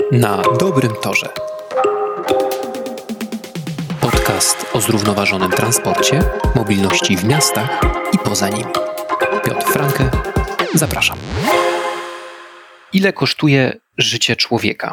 Na dobrym torze. Podcast o zrównoważonym transporcie, mobilności w miastach i poza nimi. Piotr Franke, zapraszam. Ile kosztuje życie człowieka?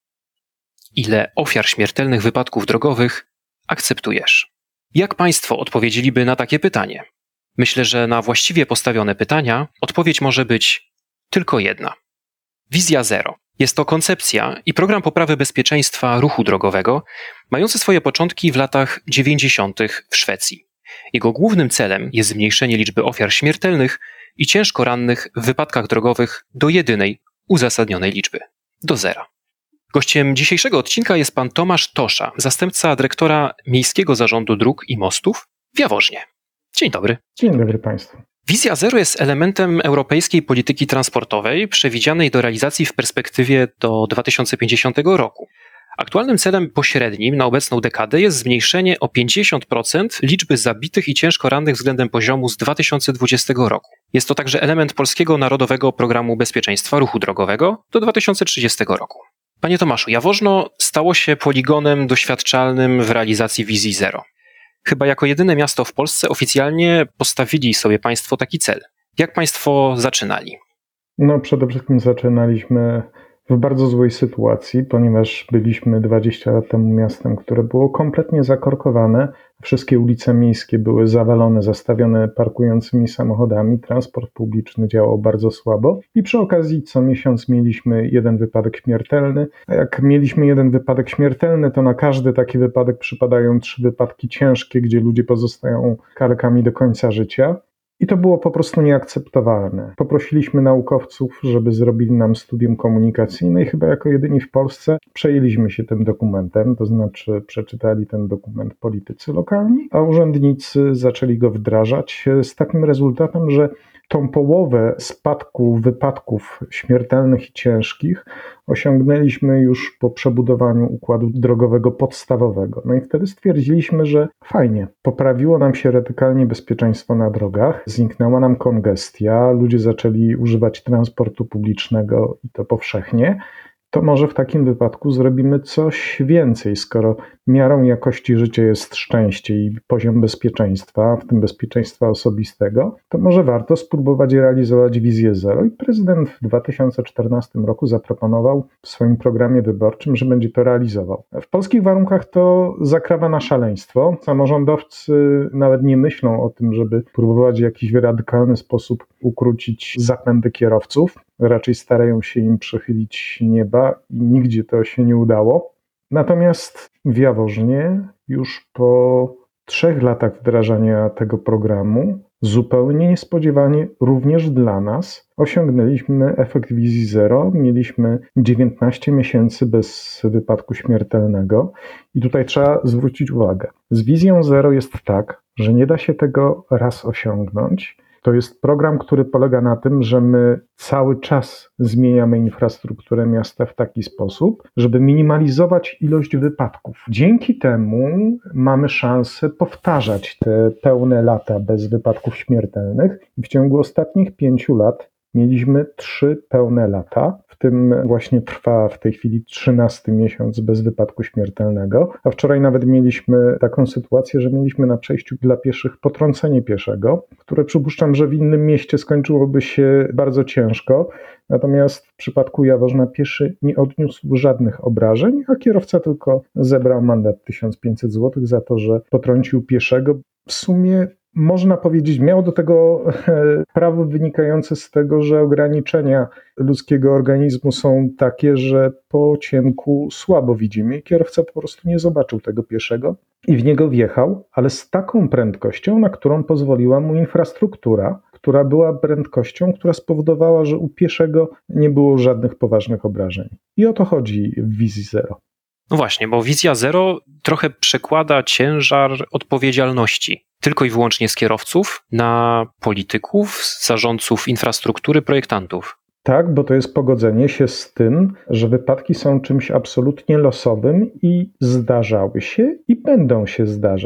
Ile ofiar śmiertelnych wypadków drogowych akceptujesz? Jak państwo odpowiedzieliby na takie pytanie? Myślę, że na właściwie postawione pytania odpowiedź może być tylko jedna. Wizja Zero. Jest to koncepcja i program poprawy bezpieczeństwa ruchu drogowego, mający swoje początki w latach 90. w Szwecji. Jego głównym celem jest zmniejszenie liczby ofiar śmiertelnych i ciężko rannych w wypadkach drogowych do jedynej uzasadnionej liczby – do zera. Gościem dzisiejszego odcinka jest pan Tomasz Tosza, zastępca dyrektora Miejskiego Zarządu Dróg i Mostów w Jaworznie. Dzień dobry. Dzień dobry Państwu. Wizja Zero jest elementem europejskiej polityki transportowej przewidzianej do realizacji w perspektywie do 2050 roku. Aktualnym celem pośrednim na obecną dekadę jest zmniejszenie o 50% liczby zabitych i ciężko rannych względem poziomu z 2020 roku. Jest to także element Polskiego Narodowego Programu Bezpieczeństwa Ruchu Drogowego do 2030 roku. Panie Tomaszu, Jaworzno stało się poligonem doświadczalnym w realizacji Wizji Zero. Chyba jako jedyne miasto w Polsce oficjalnie postawili sobie państwo taki cel. Jak państwo zaczynali? Przede wszystkim zaczynaliśmy w bardzo złej sytuacji, ponieważ byliśmy 20 lat temu miastem, które było kompletnie zakorkowane. Wszystkie ulice miejskie były zawalone, zastawione parkującymi samochodami. Transport publiczny działał bardzo słabo i przy okazji co miesiąc mieliśmy jeden wypadek śmiertelny. A jak mieliśmy jeden wypadek śmiertelny, to na każdy taki wypadek przypadają 3 wypadki ciężkie, gdzie ludzie pozostają kalekami do końca życia. I to było po prostu nieakceptowalne. Poprosiliśmy naukowców, żeby zrobili nam studium komunikacyjne i chyba jako jedyni w Polsce przejęliśmy się tym dokumentem, to znaczy przeczytali ten dokument politycy lokalni, a urzędnicy zaczęli go wdrażać z takim rezultatem, że tą połowę spadku wypadków śmiertelnych i ciężkich osiągnęliśmy już po przebudowaniu układu drogowego podstawowego. No i wtedy stwierdziliśmy, że fajnie, poprawiło nam się radykalnie bezpieczeństwo na drogach, zniknęła nam kongestia, ludzie zaczęli używać transportu publicznego i to powszechnie. To może w takim wypadku zrobimy coś więcej, skoro miarą jakości życia jest szczęście i poziom bezpieczeństwa, w tym bezpieczeństwa osobistego, to może warto spróbować realizować Wizję Zero i prezydent w 2014 roku zaproponował w swoim programie wyborczym, że będzie to realizował. W polskich warunkach to zakrawa na szaleństwo. Samorządowcy nawet nie myślą o tym, żeby próbować w jakiś radykalny sposób ukrócić zapędy kierowców. Raczej starają się im przychylić nieba i nigdzie to się nie udało. Natomiast w Jaworznie już po 3 latach wdrażania tego programu zupełnie niespodziewanie również dla nas osiągnęliśmy efekt Wizji Zero. Mieliśmy 19 miesięcy bez wypadku śmiertelnego i tutaj trzeba zwrócić uwagę. Z Wizją Zero jest tak, że nie da się tego raz osiągnąć. To jest program, który polega na tym, że my cały czas zmieniamy infrastrukturę miasta w taki sposób, żeby minimalizować ilość wypadków. Dzięki temu mamy szansę powtarzać te pełne lata bez wypadków śmiertelnych i w ciągu ostatnich 5 lat mieliśmy 3 pełne lata, w tym właśnie trwa w tej chwili 13 miesiąc bez wypadku śmiertelnego, a wczoraj nawet mieliśmy taką sytuację, że mieliśmy na przejściu dla pieszych potrącenie pieszego, które przypuszczam, że w innym mieście skończyłoby się bardzo ciężko, natomiast w przypadku Jaworzna pieszy nie odniósł żadnych obrażeń, a kierowca tylko zebrał mandat 1500 zł za to, że potrącił pieszego. W sumie można powiedzieć, miał do tego prawo wynikające z tego, że ograniczenia ludzkiego organizmu są takie, że po ciemku słabo widzimy. Kierowca po prostu nie zobaczył tego pieszego i w niego wjechał, ale z taką prędkością, na którą pozwoliła mu infrastruktura, która była prędkością, która spowodowała, że u pieszego nie było żadnych poważnych obrażeń. I o to chodzi w Wizji Zero. No właśnie, bo Wizja Zero trochę przekłada ciężar odpowiedzialności tylko i wyłącznie z kierowców na polityków, zarządców infrastruktury, projektantów. Tak, bo to jest pogodzenie się z tym, że wypadki są czymś absolutnie losowym i zdarzały się i będą się zdarzać.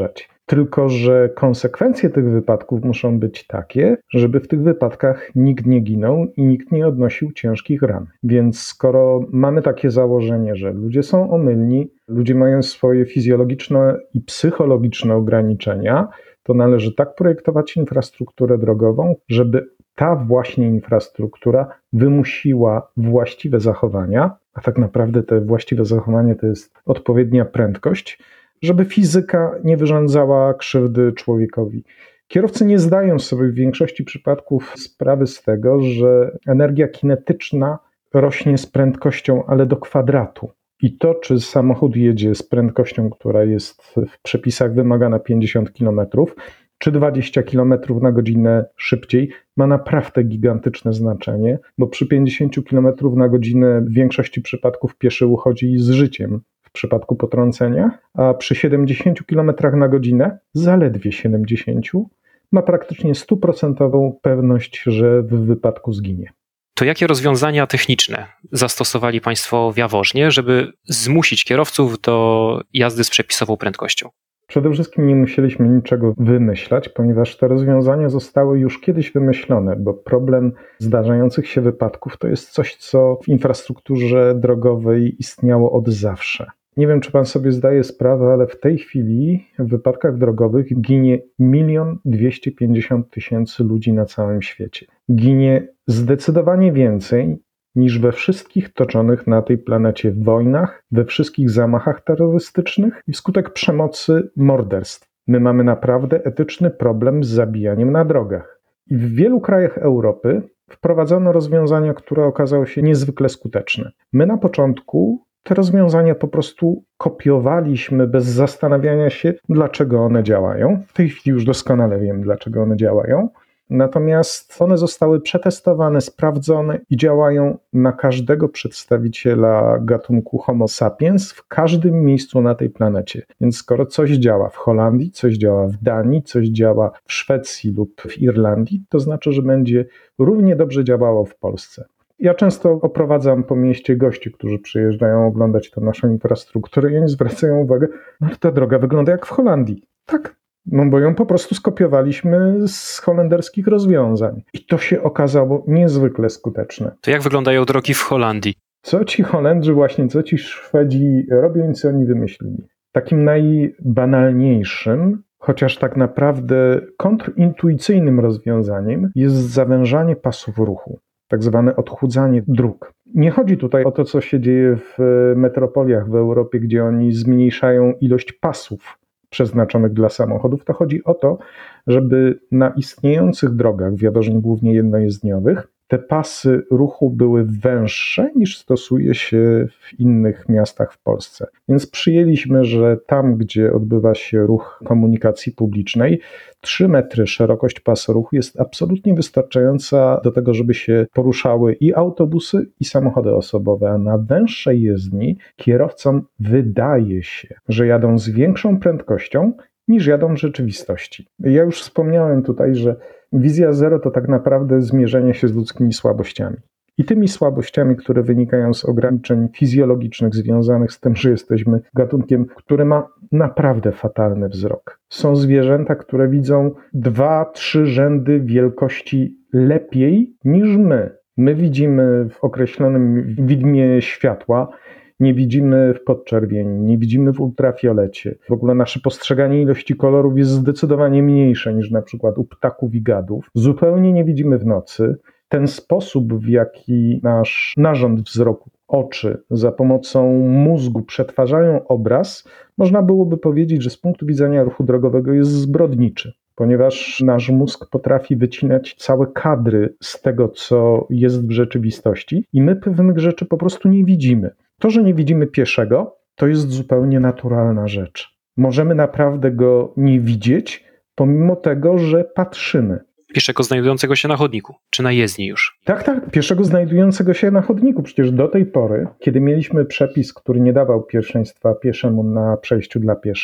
Tylko że konsekwencje tych wypadków muszą być takie, żeby w tych wypadkach nikt nie ginął i nikt nie odnosił ciężkich ran. Więc skoro mamy takie założenie, że ludzie są omylni, ludzie mają swoje fizjologiczne i psychologiczne ograniczenia, to należy tak projektować infrastrukturę drogową, żeby ta właśnie infrastruktura wymusiła właściwe zachowania, a tak naprawdę te właściwe zachowanie to jest odpowiednia prędkość, żeby fizyka nie wyrządzała krzywdy człowiekowi. Kierowcy nie zdają sobie w większości przypadków sprawy z tego, że energia kinetyczna rośnie z prędkością, ale do kwadratu. I to, czy samochód jedzie z prędkością, która jest w przepisach wymagana 50 km, czy 20 km na godzinę szybciej, ma naprawdę gigantyczne znaczenie, bo przy 50 km na godzinę w większości przypadków pieszy uchodzi z życiem w przypadku potrącenia, a przy 70 km na godzinę, zaledwie 70, ma praktycznie 100% pewność, że w wypadku zginie. To jakie rozwiązania techniczne zastosowali Państwo w Jaworznie, żeby zmusić kierowców do jazdy z przepisową prędkością? Przede wszystkim nie musieliśmy niczego wymyślać, ponieważ te rozwiązania zostały już kiedyś wymyślone, bo problem zdarzających się wypadków to jest coś, co w infrastrukturze drogowej istniało od zawsze. Nie wiem, czy pan sobie zdaje sprawę, ale w tej chwili w wypadkach drogowych ginie 1 250 000 ludzi na całym świecie. Ginie zdecydowanie więcej niż we wszystkich toczonych na tej planecie wojnach, we wszystkich zamachach terrorystycznych i wskutek przemocy morderstw. My mamy naprawdę etyczny problem z zabijaniem na drogach. I w wielu krajach Europy wprowadzono rozwiązania, które okazały się niezwykle skuteczne. My na początku te rozwiązania po prostu kopiowaliśmy bez zastanawiania się, dlaczego one działają. W tej chwili już doskonale wiem, dlaczego one działają. Natomiast one zostały przetestowane, sprawdzone i działają na każdego przedstawiciela gatunku Homo sapiens w każdym miejscu na tej planecie. Więc skoro coś działa w Holandii, coś działa w Danii, coś działa w Szwecji lub w Irlandii, to znaczy, że będzie równie dobrze działało w Polsce. Ja często oprowadzam po mieście gości, którzy przyjeżdżają oglądać tę naszą infrastrukturę i oni zwracają uwagę, że ta droga wygląda jak w Holandii. Tak, no bo ją po prostu skopiowaliśmy z holenderskich rozwiązań. I to się okazało niezwykle skuteczne. To jak wyglądają drogi w Holandii? Co ci Holendrzy właśnie, co ci Szwedzi robią i co oni wymyślili? Takim najbanalniejszym, chociaż tak naprawdę kontrintuicyjnym rozwiązaniem jest zawężanie pasów ruchu. Tak zwane odchudzanie dróg. Nie chodzi tutaj o to, co się dzieje w metropoliach w Europie, gdzie oni zmniejszają ilość pasów przeznaczonych dla samochodów. To chodzi o to, żeby na istniejących drogach, w Jaworznie głównie jednojezdniowych, te pasy ruchu były węższe niż stosuje się w innych miastach w Polsce. Więc przyjęliśmy, że tam, gdzie odbywa się ruch komunikacji publicznej, 3 metry szerokość pasu ruchu jest absolutnie wystarczająca do tego, żeby się poruszały i autobusy, i samochody osobowe, a na węższej jezdni kierowcom wydaje się, że jadą z większą prędkością niż jadą w rzeczywistości. Ja już wspomniałem tutaj, że wizja zero to tak naprawdę zmierzenie się z ludzkimi słabościami. I tymi słabościami, które wynikają z ograniczeń fizjologicznych związanych z tym, że jesteśmy gatunkiem, który ma naprawdę fatalny wzrok. Są zwierzęta, które widzą 2-3 rzędy wielkości lepiej niż my. My widzimy w określonym widmie światła, nie widzimy w podczerwieni, nie widzimy w ultrafiolecie. W ogóle nasze postrzeganie ilości kolorów jest zdecydowanie mniejsze niż na przykład u ptaków i gadów. Zupełnie nie widzimy w nocy. Ten sposób, w jaki nasz narząd wzroku, oczy za pomocą mózgu przetwarzają obraz, można byłoby powiedzieć, że z punktu widzenia ruchu drogowego jest zbrodniczy, ponieważ nasz mózg potrafi wycinać całe kadry z tego, co jest w rzeczywistości i my pewnych rzeczy po prostu nie widzimy. To, że nie widzimy pieszego, to jest zupełnie naturalna rzecz. Możemy naprawdę go nie widzieć, pomimo tego, że patrzymy. Pieszego znajdującego się na chodniku, czy na jezdni już? Tak, pieszego znajdującego się na chodniku. Przecież do tej pory, kiedy mieliśmy przepis, który nie dawał pierwszeństwa pieszemu na przejściu dla pieszych,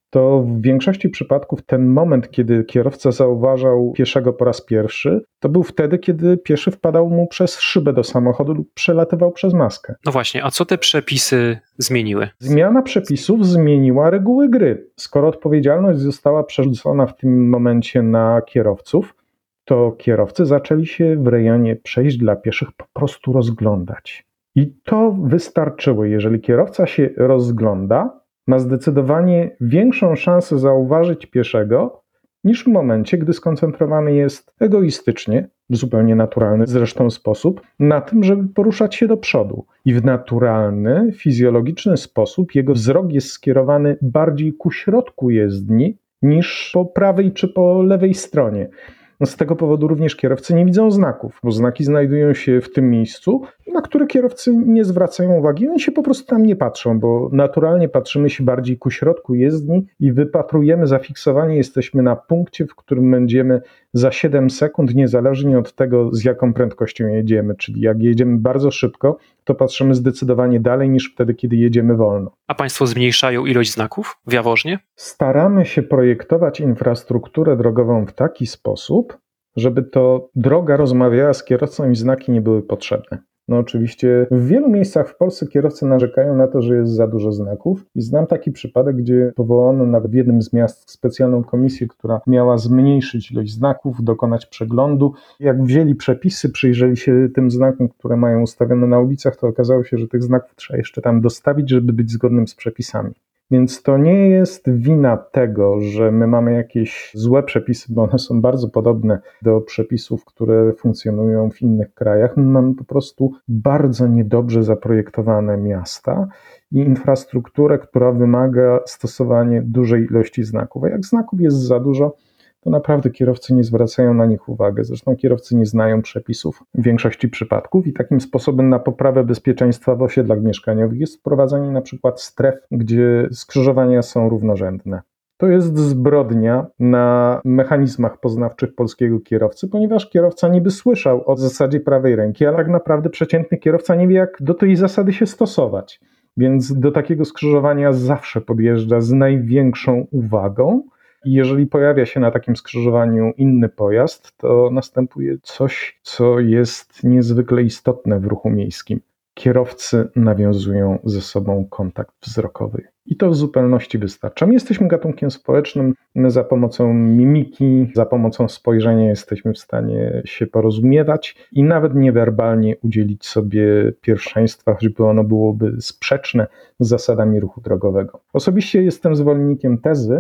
to w większości przypadków ten moment, kiedy kierowca zauważał pieszego po raz pierwszy, to był wtedy, kiedy pieszy wpadał mu przez szybę do samochodu lub przelatywał przez maskę. No właśnie, a co te przepisy zmieniły? Zmiana przepisów zmieniła reguły gry. Skoro odpowiedzialność została przerzucona w tym momencie na kierowców, to kierowcy zaczęli się w rejonie przejść dla pieszych po prostu rozglądać. I to wystarczyło. Jeżeli kierowca się rozgląda, ma zdecydowanie większą szansę zauważyć pieszego niż w momencie, gdy skoncentrowany jest egoistycznie, w zupełnie naturalny zresztą sposób, na tym, żeby poruszać się do przodu. I w naturalny, fizjologiczny sposób jego wzrok jest skierowany bardziej ku środku jezdni niż po prawej czy po lewej stronie. Z tego powodu również kierowcy nie widzą znaków, bo znaki znajdują się w tym miejscu, na które kierowcy nie zwracają uwagi. Oni się po prostu tam nie patrzą, bo naturalnie patrzymy się bardziej ku środku jezdni i wypatrujemy, zafiksowani jesteśmy na punkcie, w którym będziemy za 7 sekund, niezależnie od tego, z jaką prędkością jedziemy. Czyli jak jedziemy bardzo szybko, to patrzymy zdecydowanie dalej niż wtedy, kiedy jedziemy wolno. A państwo zmniejszają ilość znaków w Jaworznie? Staramy się projektować infrastrukturę drogową w taki sposób, żeby to droga rozmawiała z kierowcą i znaki nie były potrzebne. No oczywiście w wielu miejscach w Polsce kierowcy narzekają na to, że jest za dużo znaków i znam taki przypadek, gdzie powołano nawet w jednym z miast specjalną komisję, która miała zmniejszyć ilość znaków, dokonać przeglądu. Jak wzięli przepisy, przyjrzeli się tym znakom, które mają ustawione na ulicach, to okazało się, że tych znaków trzeba jeszcze tam dostawić, żeby być zgodnym z przepisami. Więc to nie jest wina tego, że my mamy jakieś złe przepisy, bo one są bardzo podobne do przepisów, które funkcjonują w innych krajach. My mamy po prostu bardzo niedobrze zaprojektowane miasta i infrastrukturę, która wymaga stosowania dużej ilości znaków. A jak znaków jest za dużo, to naprawdę kierowcy nie zwracają na nich uwagi. Zresztą kierowcy nie znają przepisów w większości przypadków i takim sposobem na poprawę bezpieczeństwa w osiedlach mieszkaniowych jest wprowadzanie na przykład stref, gdzie skrzyżowania są równorzędne. To jest zbrodnia na mechanizmach poznawczych polskiego kierowcy, ponieważ kierowca niby słyszał o zasadzie prawej ręki, ale tak naprawdę przeciętny kierowca nie wie, jak do tej zasady się stosować. Więc do takiego skrzyżowania zawsze podjeżdża z największą uwagą. I jeżeli pojawia się na takim skrzyżowaniu inny pojazd, to następuje coś, co jest niezwykle istotne w ruchu miejskim. Kierowcy nawiązują ze sobą kontakt wzrokowy. I to w zupełności wystarcza. My jesteśmy gatunkiem społecznym, my za pomocą mimiki, za pomocą spojrzenia jesteśmy w stanie się porozumiewać i nawet niewerbalnie udzielić sobie pierwszeństwa, choćby ono byłoby sprzeczne z zasadami ruchu drogowego. Osobiście jestem zwolennikiem tezy,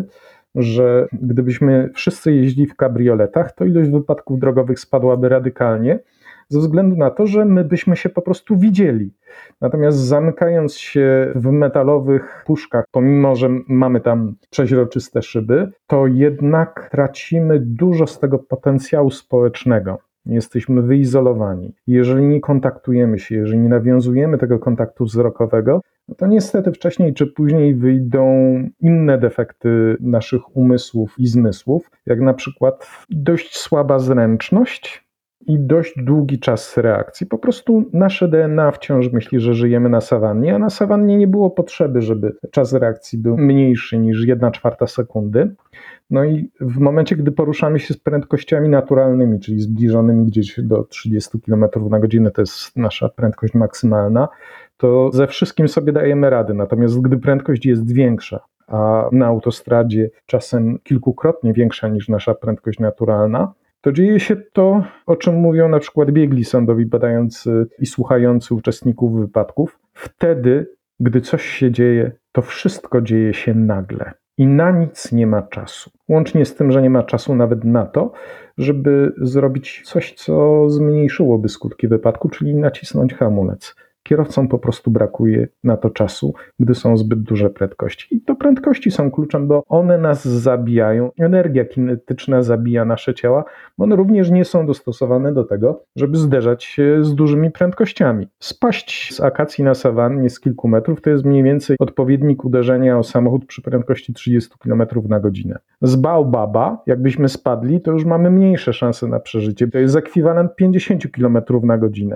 że gdybyśmy wszyscy jeździli w kabrioletach, to ilość wypadków drogowych spadłaby radykalnie, ze względu na to, że my byśmy się po prostu widzieli. Natomiast zamykając się w metalowych puszkach, pomimo że mamy tam przeźroczyste szyby, to jednak tracimy dużo z tego potencjału społecznego. Jesteśmy wyizolowani. Jeżeli nie kontaktujemy się, jeżeli nie nawiązujemy tego kontaktu wzrokowego, no to niestety wcześniej czy później wyjdą inne defekty naszych umysłów i zmysłów, jak na przykład dość słaba zręczność i dość długi czas reakcji. Po prostu nasze DNA wciąż myśli, że żyjemy na sawannie, a na sawannie nie było potrzeby, żeby czas reakcji był mniejszy niż 1/4 sekundy. No i w momencie, gdy poruszamy się z prędkościami naturalnymi, czyli zbliżonymi gdzieś do 30 km na godzinę, to jest nasza prędkość maksymalna, to ze wszystkim sobie dajemy radę. Natomiast gdy prędkość jest większa, a na autostradzie czasem kilkukrotnie większa niż nasza prędkość naturalna, to dzieje się to, o czym mówią na przykład biegli sądowi badający i słuchający uczestników wypadków. Wtedy, gdy coś się dzieje, to wszystko dzieje się nagle. I na nic nie ma czasu. Łącznie z tym, że nie ma czasu nawet na to, żeby zrobić coś, co zmniejszyłoby skutki wypadku, czyli nacisnąć hamulec. Kierowcom po prostu brakuje na to czasu, gdy są zbyt duże prędkości. I to prędkości są kluczem, bo one nas zabijają. Energia kinetyczna zabija nasze ciała, bo one również nie są dostosowane do tego, żeby zderzać się z dużymi prędkościami. Spaść z akacji na sawannie z kilku metrów to jest mniej więcej odpowiednik uderzenia o samochód przy prędkości 30 km na godzinę. Z Baobaba, jakbyśmy spadli, to już mamy mniejsze szanse na przeżycie. To jest ekwiwalent 50 km na godzinę.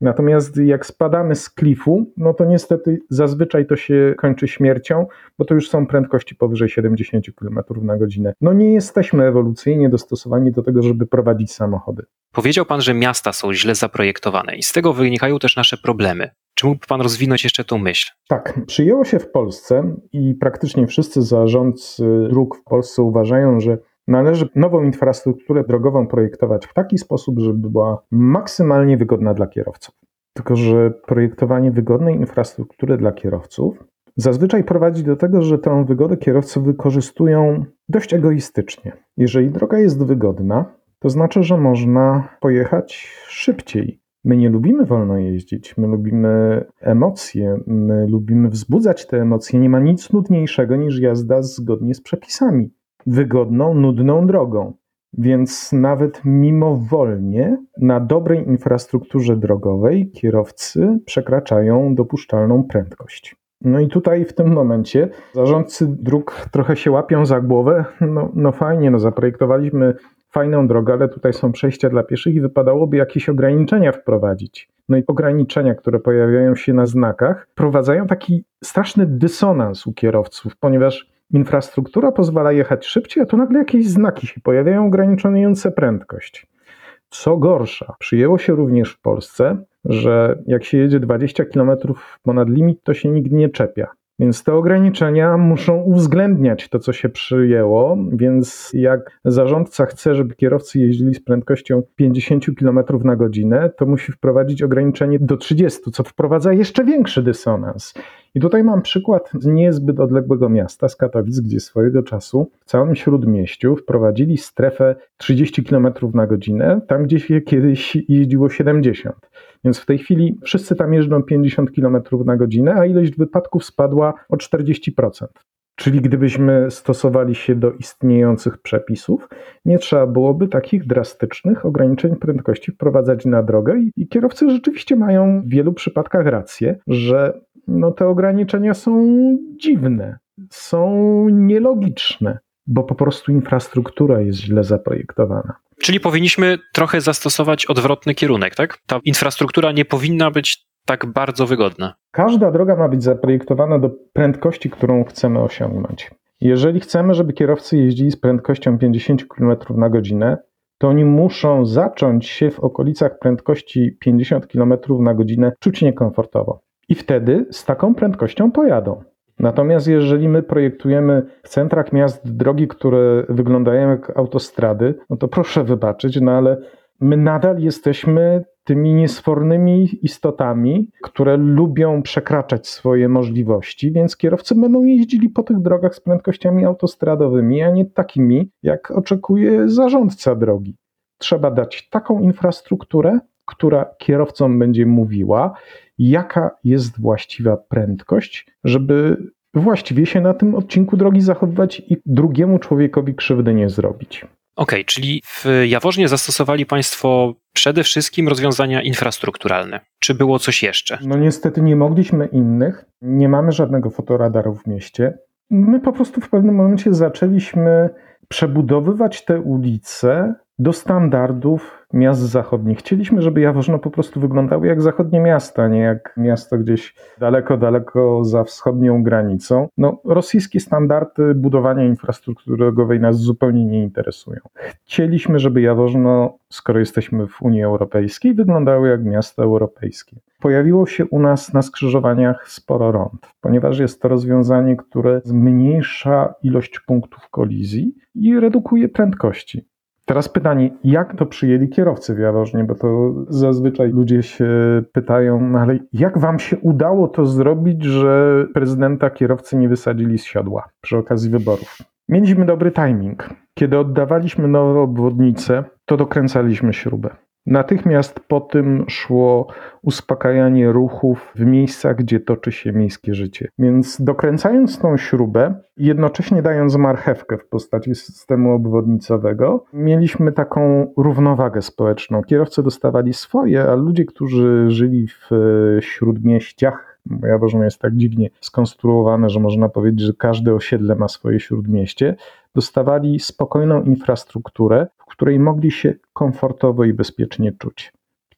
Natomiast jak spadamy z klifu, no to niestety zazwyczaj to się kończy śmiercią, bo to już są prędkości powyżej 70 km na godzinę. No nie jesteśmy ewolucyjnie dostosowani do tego, żeby prowadzić samochody. Powiedział pan, że miasta są źle zaprojektowane i z tego wynikają też nasze problemy. Czy mógłby pan rozwinąć jeszcze tą myśl? Tak, przyjęło się w Polsce i praktycznie wszyscy zarządcy dróg w Polsce uważają, że należy nową infrastrukturę drogową projektować w taki sposób, żeby była maksymalnie wygodna dla kierowców. Tylko że projektowanie wygodnej infrastruktury dla kierowców zazwyczaj prowadzi do tego, że tę wygodę kierowcy wykorzystują dość egoistycznie. Jeżeli droga jest wygodna, to znaczy, że można pojechać szybciej. My nie lubimy wolno jeździć, my lubimy emocje, my lubimy wzbudzać te emocje. Nie ma nic nudniejszego niż jazda zgodnie z przepisami. Wygodną, nudną drogą. Więc nawet mimowolnie na dobrej infrastrukturze drogowej kierowcy przekraczają dopuszczalną prędkość. No i tutaj w tym momencie zarządcy dróg trochę się łapią za głowę. No fajnie, zaprojektowaliśmy fajną drogę, ale tutaj są przejścia dla pieszych i wypadałoby jakieś ograniczenia wprowadzić. No i ograniczenia, które pojawiają się na znakach, wprowadzają taki straszny dysonans u kierowców, ponieważ infrastruktura pozwala jechać szybciej, a tu nagle jakieś znaki się pojawiają ograniczające prędkość. Co gorsza, przyjęło się również w Polsce, że jak się jedzie 20 km ponad limit, to się nikt nie czepia. Więc te ograniczenia muszą uwzględniać to, co się przyjęło, więc jak zarządca chce, żeby kierowcy jeździli z prędkością 50 km na godzinę, to musi wprowadzić ograniczenie do 30, co wprowadza jeszcze większy dysonans. I tutaj mam przykład z niezbyt odległego miasta, z Katowic, gdzie swojego czasu w całym Śródmieściu wprowadzili strefę 30 km na godzinę, tam gdzie się kiedyś jeździło 70. Więc w tej chwili wszyscy tam jeżdżą 50 km na godzinę, a ilość wypadków spadła o 40%. Czyli gdybyśmy stosowali się do istniejących przepisów, nie trzeba byłoby takich drastycznych ograniczeń prędkości wprowadzać na drogę i kierowcy rzeczywiście mają w wielu przypadkach rację, że te ograniczenia są dziwne, są nielogiczne, bo po prostu infrastruktura jest źle zaprojektowana. Czyli powinniśmy trochę zastosować odwrotny kierunek, tak? Ta infrastruktura nie powinna być tak bardzo wygodna. Każda droga ma być zaprojektowana do prędkości, którą chcemy osiągnąć. Jeżeli chcemy, żeby kierowcy jeździli z prędkością 50 km na godzinę, to oni muszą zacząć się w okolicach prędkości 50 km na godzinę czuć niekomfortowo. I wtedy z taką prędkością pojadą. Natomiast jeżeli my projektujemy w centrach miast drogi, które wyglądają jak autostrady, to proszę wybaczyć, ale my nadal jesteśmy tymi niesfornymi istotami, które lubią przekraczać swoje możliwości, więc kierowcy będą jeździli po tych drogach z prędkościami autostradowymi, a nie takimi, jak oczekuje zarządca drogi. Trzeba dać taką infrastrukturę, która kierowcom będzie mówiła, jaka jest właściwa prędkość, żeby właściwie się na tym odcinku drogi zachowywać i drugiemu człowiekowi krzywdy nie zrobić. Okej, czyli w Jaworznie zastosowali Państwo przede wszystkim rozwiązania infrastrukturalne. Czy było coś jeszcze? Niestety nie mogliśmy innych. Nie mamy żadnego fotoradaru w mieście. My po prostu w pewnym momencie zaczęliśmy przebudowywać te ulice do standardów miast zachodnich. Chcieliśmy, żeby Jaworzno po prostu wyglądało jak zachodnie miasta, nie jak miasto gdzieś daleko, daleko za wschodnią granicą. Rosyjskie standardy budowania infrastruktury drogowej nas zupełnie nie interesują. Chcieliśmy, żeby Jaworzno, skoro jesteśmy w Unii Europejskiej, wyglądało jak miasto europejskie. Pojawiło się u nas na skrzyżowaniach sporo rond, ponieważ jest to rozwiązanie, które zmniejsza ilość punktów kolizji i redukuje prędkości. Teraz pytanie, jak to przyjęli kierowcy w Jaworznie, bo to zazwyczaj ludzie się pytają, ale jak wam się udało to zrobić, że prezydenta kierowcy nie wysadzili z siodła przy okazji wyborów? Mieliśmy dobry timing. Kiedy oddawaliśmy nowe obwodnice, to dokręcaliśmy śrubę. Natychmiast po tym szło uspokajanie ruchów w miejscach, gdzie toczy się miejskie życie. Więc dokręcając tą śrubę, jednocześnie dając marchewkę w postaci systemu obwodnicowego, mieliśmy taką równowagę społeczną. Kierowcy dostawali swoje, a ludzie, którzy żyli w śródmieściach, bo Jaworzno jest tak dziwnie skonstruowane, że można powiedzieć, że każde osiedle ma swoje śródmieście, dostawali spokojną infrastrukturę, w której mogli się komfortowo i bezpiecznie czuć.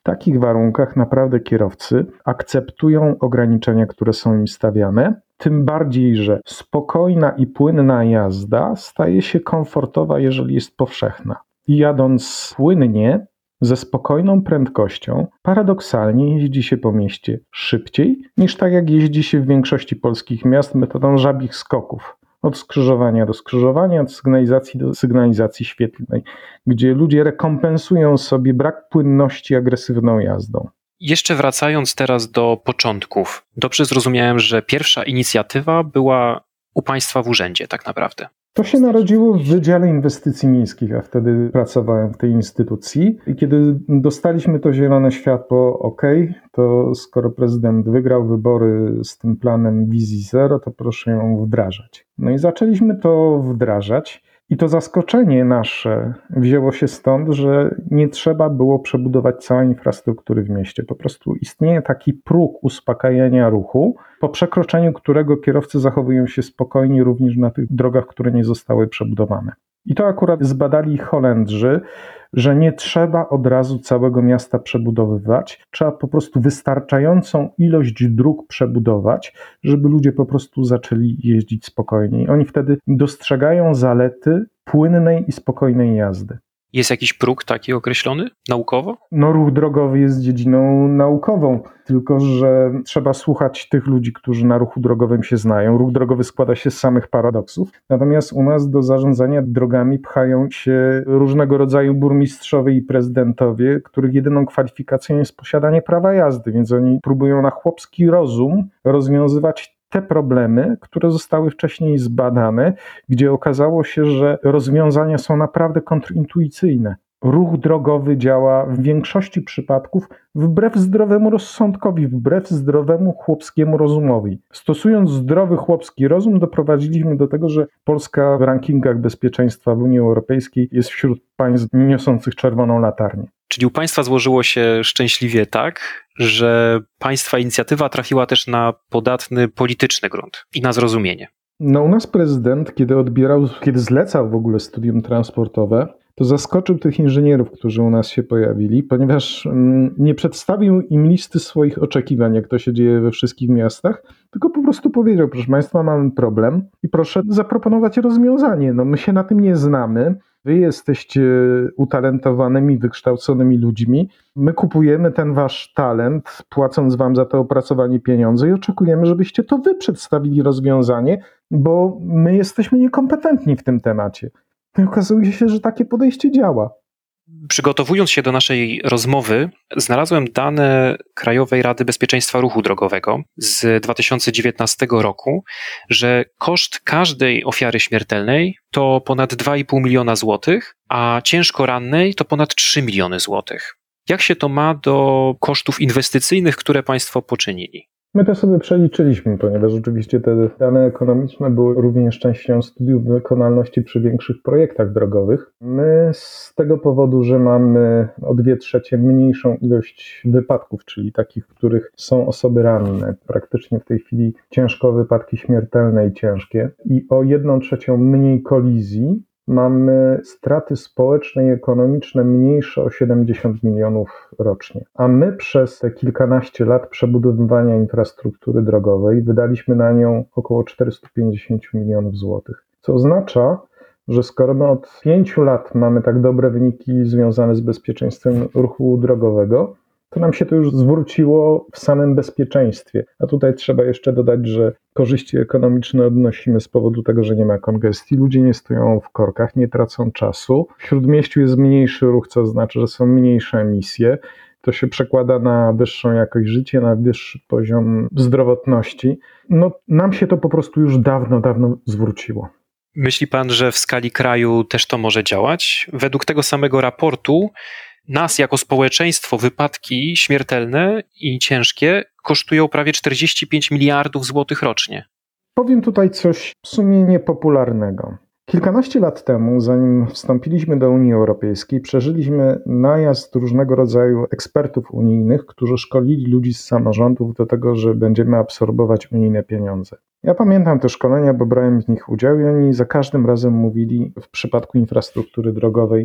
W takich warunkach naprawdę kierowcy akceptują ograniczenia, które są im stawiane, tym bardziej, że spokojna i płynna jazda staje się komfortowa, jeżeli jest powszechna. I jadąc płynnie, ze spokojną prędkością, paradoksalnie jeździ się po mieście szybciej, niż tak jak jeździ się w większości polskich miast metodą żabich skoków. Od skrzyżowania do skrzyżowania, od sygnalizacji do sygnalizacji świetlnej, gdzie ludzie rekompensują sobie brak płynności agresywną jazdą. Jeszcze wracając teraz do początków, dobrze zrozumiałem, że pierwsza inicjatywa była u państwa w urzędzie tak naprawdę. To się narodziło w Wydziale Inwestycji Miejskich, a wtedy pracowałem w tej instytucji. I kiedy dostaliśmy to zielone światło, to skoro prezydent wygrał wybory z tym planem wizji zero, to proszę ją wdrażać. No i zaczęliśmy to wdrażać. I to zaskoczenie nasze wzięło się stąd, że nie trzeba było przebudować całej infrastruktury w mieście. Po prostu istnieje taki próg uspokajania ruchu, po przekroczeniu którego kierowcy zachowują się spokojnie również na tych drogach, które nie zostały przebudowane. I to akurat zbadali Holendrzy, że nie trzeba od razu całego miasta przebudowywać, trzeba po prostu wystarczającą ilość dróg przebudować, żeby ludzie po prostu zaczęli jeździć spokojniej. Oni wtedy dostrzegają zalety płynnej i spokojnej jazdy. Jest jakiś próg taki określony naukowo? No, ruch drogowy jest dziedziną naukową, tylko że trzeba słuchać tych ludzi, którzy na ruchu drogowym się znają. Ruch drogowy składa się z samych paradoksów, natomiast u nas do zarządzania drogami pchają się różnego rodzaju burmistrzowie i prezydentowie, których jedyną kwalifikacją jest posiadanie prawa jazdy, więc oni próbują na chłopski rozum rozwiązywać te problemy, które zostały wcześniej zbadane, gdzie okazało się, że rozwiązania są naprawdę kontrintuicyjne. Ruch drogowy działa w większości przypadków wbrew zdrowemu rozsądkowi, wbrew zdrowemu chłopskiemu rozumowi. Stosując zdrowy chłopski rozum, doprowadziliśmy do tego, że Polska w rankingach bezpieczeństwa w Unii Europejskiej jest wśród państw niosących czerwoną latarnię. Czyli u państwa złożyło się szczęśliwie tak, że państwa inicjatywa trafiła też na podatny polityczny grunt i na zrozumienie. No, u nas prezydent, kiedy zlecał w ogóle studium transportowe, to zaskoczył tych inżynierów, którzy u nas się pojawili, ponieważ nie przedstawił im listy swoich oczekiwań, jak to się dzieje we wszystkich miastach, tylko po prostu powiedział: proszę państwa, mamy problem i proszę zaproponować rozwiązanie. No, my się na tym nie znamy. Wy jesteście utalentowanymi, wykształconymi ludźmi. My kupujemy ten wasz talent, płacąc wam za to opracowanie pieniądze i oczekujemy, żebyście to wy przedstawili rozwiązanie, bo my jesteśmy niekompetentni w tym temacie. No i okazuje się, że takie podejście działa. Przygotowując się do naszej rozmowy, znalazłem dane Krajowej Rady Bezpieczeństwa Ruchu Drogowego z 2019 roku, że koszt każdej ofiary śmiertelnej to ponad 2,5 miliona złotych, a ciężko rannej to ponad 3 miliony złotych. Jak się to ma do kosztów inwestycyjnych, które państwo poczynili? My to sobie przeliczyliśmy, ponieważ oczywiście te dane ekonomiczne były również częścią studiów wykonalności przy większych projektach drogowych. My z tego powodu, że mamy o 2/3 mniejszą ilość wypadków, czyli takich, w których są osoby ranne, praktycznie w tej chwili ciężko wypadki śmiertelne i ciężkie, i o 1/3 mniej kolizji, mamy straty społeczne i ekonomiczne mniejsze o 70 milionów rocznie. A my przez te kilkanaście lat przebudowywania infrastruktury drogowej wydaliśmy na nią około 450 milionów złotych. Co oznacza, że skoro my od 5 lat mamy tak dobre wyniki związane z bezpieczeństwem ruchu drogowego, to nam się to już zwróciło w samym bezpieczeństwie. A tutaj trzeba jeszcze dodać, że korzyści ekonomiczne odnosimy z powodu tego, że nie ma kongestii, ludzie nie stoją w korkach, nie tracą czasu. W Śródmieściu jest mniejszy ruch, co oznacza, że są mniejsze emisje. To się przekłada na wyższą jakość życia, na wyższy poziom zdrowotności. No, nam się to po prostu już dawno zwróciło. Myśli pan, że w skali kraju też to może działać? Według tego samego raportu nas jako społeczeństwo wypadki śmiertelne i ciężkie kosztują prawie 45 miliardów złotych rocznie. Powiem tutaj coś w sumie niepopularnego. Kilkanaście lat temu, zanim wstąpiliśmy do Unii Europejskiej, przeżyliśmy najazd różnego rodzaju ekspertów unijnych, którzy szkolili ludzi z samorządów do tego, że będziemy absorbować unijne pieniądze. Ja pamiętam te szkolenia, bo brałem w nich udział i oni za każdym razem mówili w przypadku infrastruktury drogowej: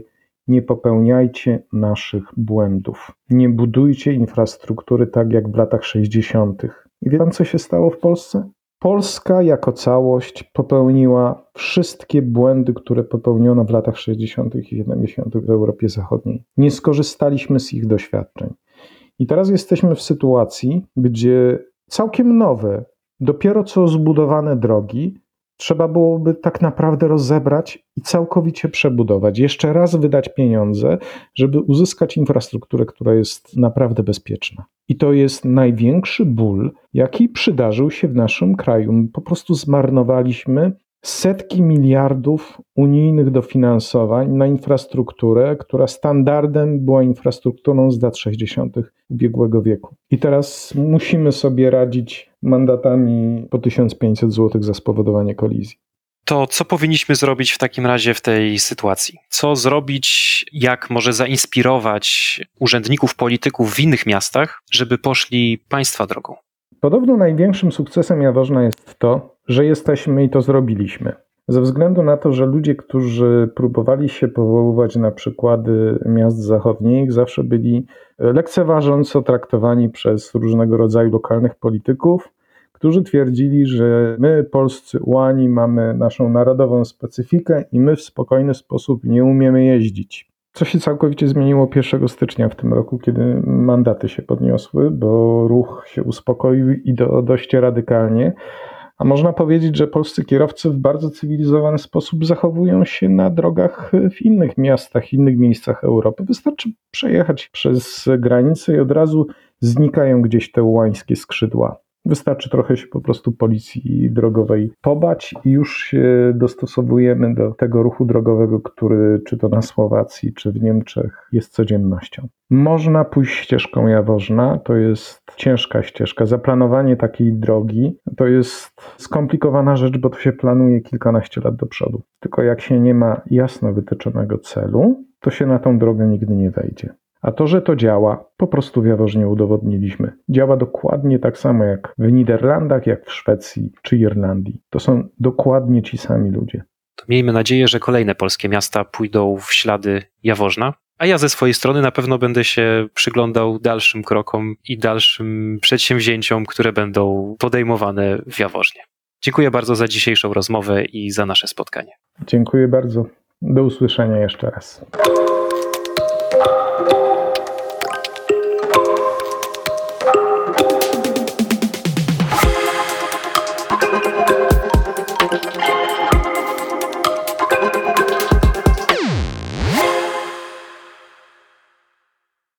nie popełniajcie naszych błędów. Nie budujcie infrastruktury tak jak w latach 60. I wie pan, co się stało w Polsce? Polska jako całość popełniła wszystkie błędy, które popełniono w latach 60. i 70. w Europie Zachodniej. Nie skorzystaliśmy z ich doświadczeń. I teraz jesteśmy w sytuacji, gdzie całkiem nowe, dopiero co zbudowane drogi trzeba byłoby tak naprawdę rozebrać i całkowicie przebudować. Jeszcze raz wydać pieniądze, żeby uzyskać infrastrukturę, która jest naprawdę bezpieczna. I to jest największy ból, jaki przydarzył się w naszym kraju. My po prostu zmarnowaliśmy setki miliardów unijnych dofinansowań na infrastrukturę, która standardem była infrastrukturą z lat 60. ubiegłego wieku. I teraz musimy sobie radzić mandatami po 1500 zł za spowodowanie kolizji. To co powinniśmy zrobić w takim razie w tej sytuacji? Co zrobić, jak może zainspirować urzędników, polityków w innych miastach, żeby poszli państwa drogą? Podobno największym sukcesem Jaworzna jest to, że jesteśmy i to zrobiliśmy. Ze względu na to, że ludzie, którzy próbowali się powoływać na przykłady miast zachodnich, zawsze byli lekceważąco traktowani przez różnego rodzaju lokalnych polityków, którzy twierdzili, że my, polscy ułani, mamy naszą narodową specyfikę i my w spokojny sposób nie umiemy jeździć. Co się całkowicie zmieniło 1 stycznia w tym roku, kiedy mandaty się podniosły, bo ruch się uspokoił i dość radykalnie. A można powiedzieć, że polscy kierowcy w bardzo cywilizowany sposób zachowują się na drogach w innych miastach, innych miejscach Europy. Wystarczy przejechać przez granicę i od razu znikają gdzieś te ułańskie skrzydła. Wystarczy trochę się po prostu policji drogowej pobać i już się dostosowujemy do tego ruchu drogowego, który czy to na Słowacji, czy w Niemczech jest codziennością. Można pójść ścieżką Jaworzna, to jest ciężka ścieżka. Zaplanowanie takiej drogi to jest skomplikowana rzecz, bo to się planuje kilkanaście lat do przodu. Tylko jak się nie ma jasno wytyczonego celu, to się na tą drogę nigdy nie wejdzie. A to, że to działa, po prostu w Jaworznie udowodniliśmy. Działa dokładnie tak samo jak w Niderlandach, jak w Szwecji czy Irlandii. To są dokładnie ci sami ludzie. To miejmy nadzieję, że kolejne polskie miasta pójdą w ślady Jaworzna, a ja ze swojej strony na pewno będę się przyglądał dalszym krokom i dalszym przedsięwzięciom, które będą podejmowane w Jaworznie. Dziękuję bardzo za dzisiejszą rozmowę i za nasze spotkanie. Dziękuję bardzo. Do usłyszenia jeszcze raz.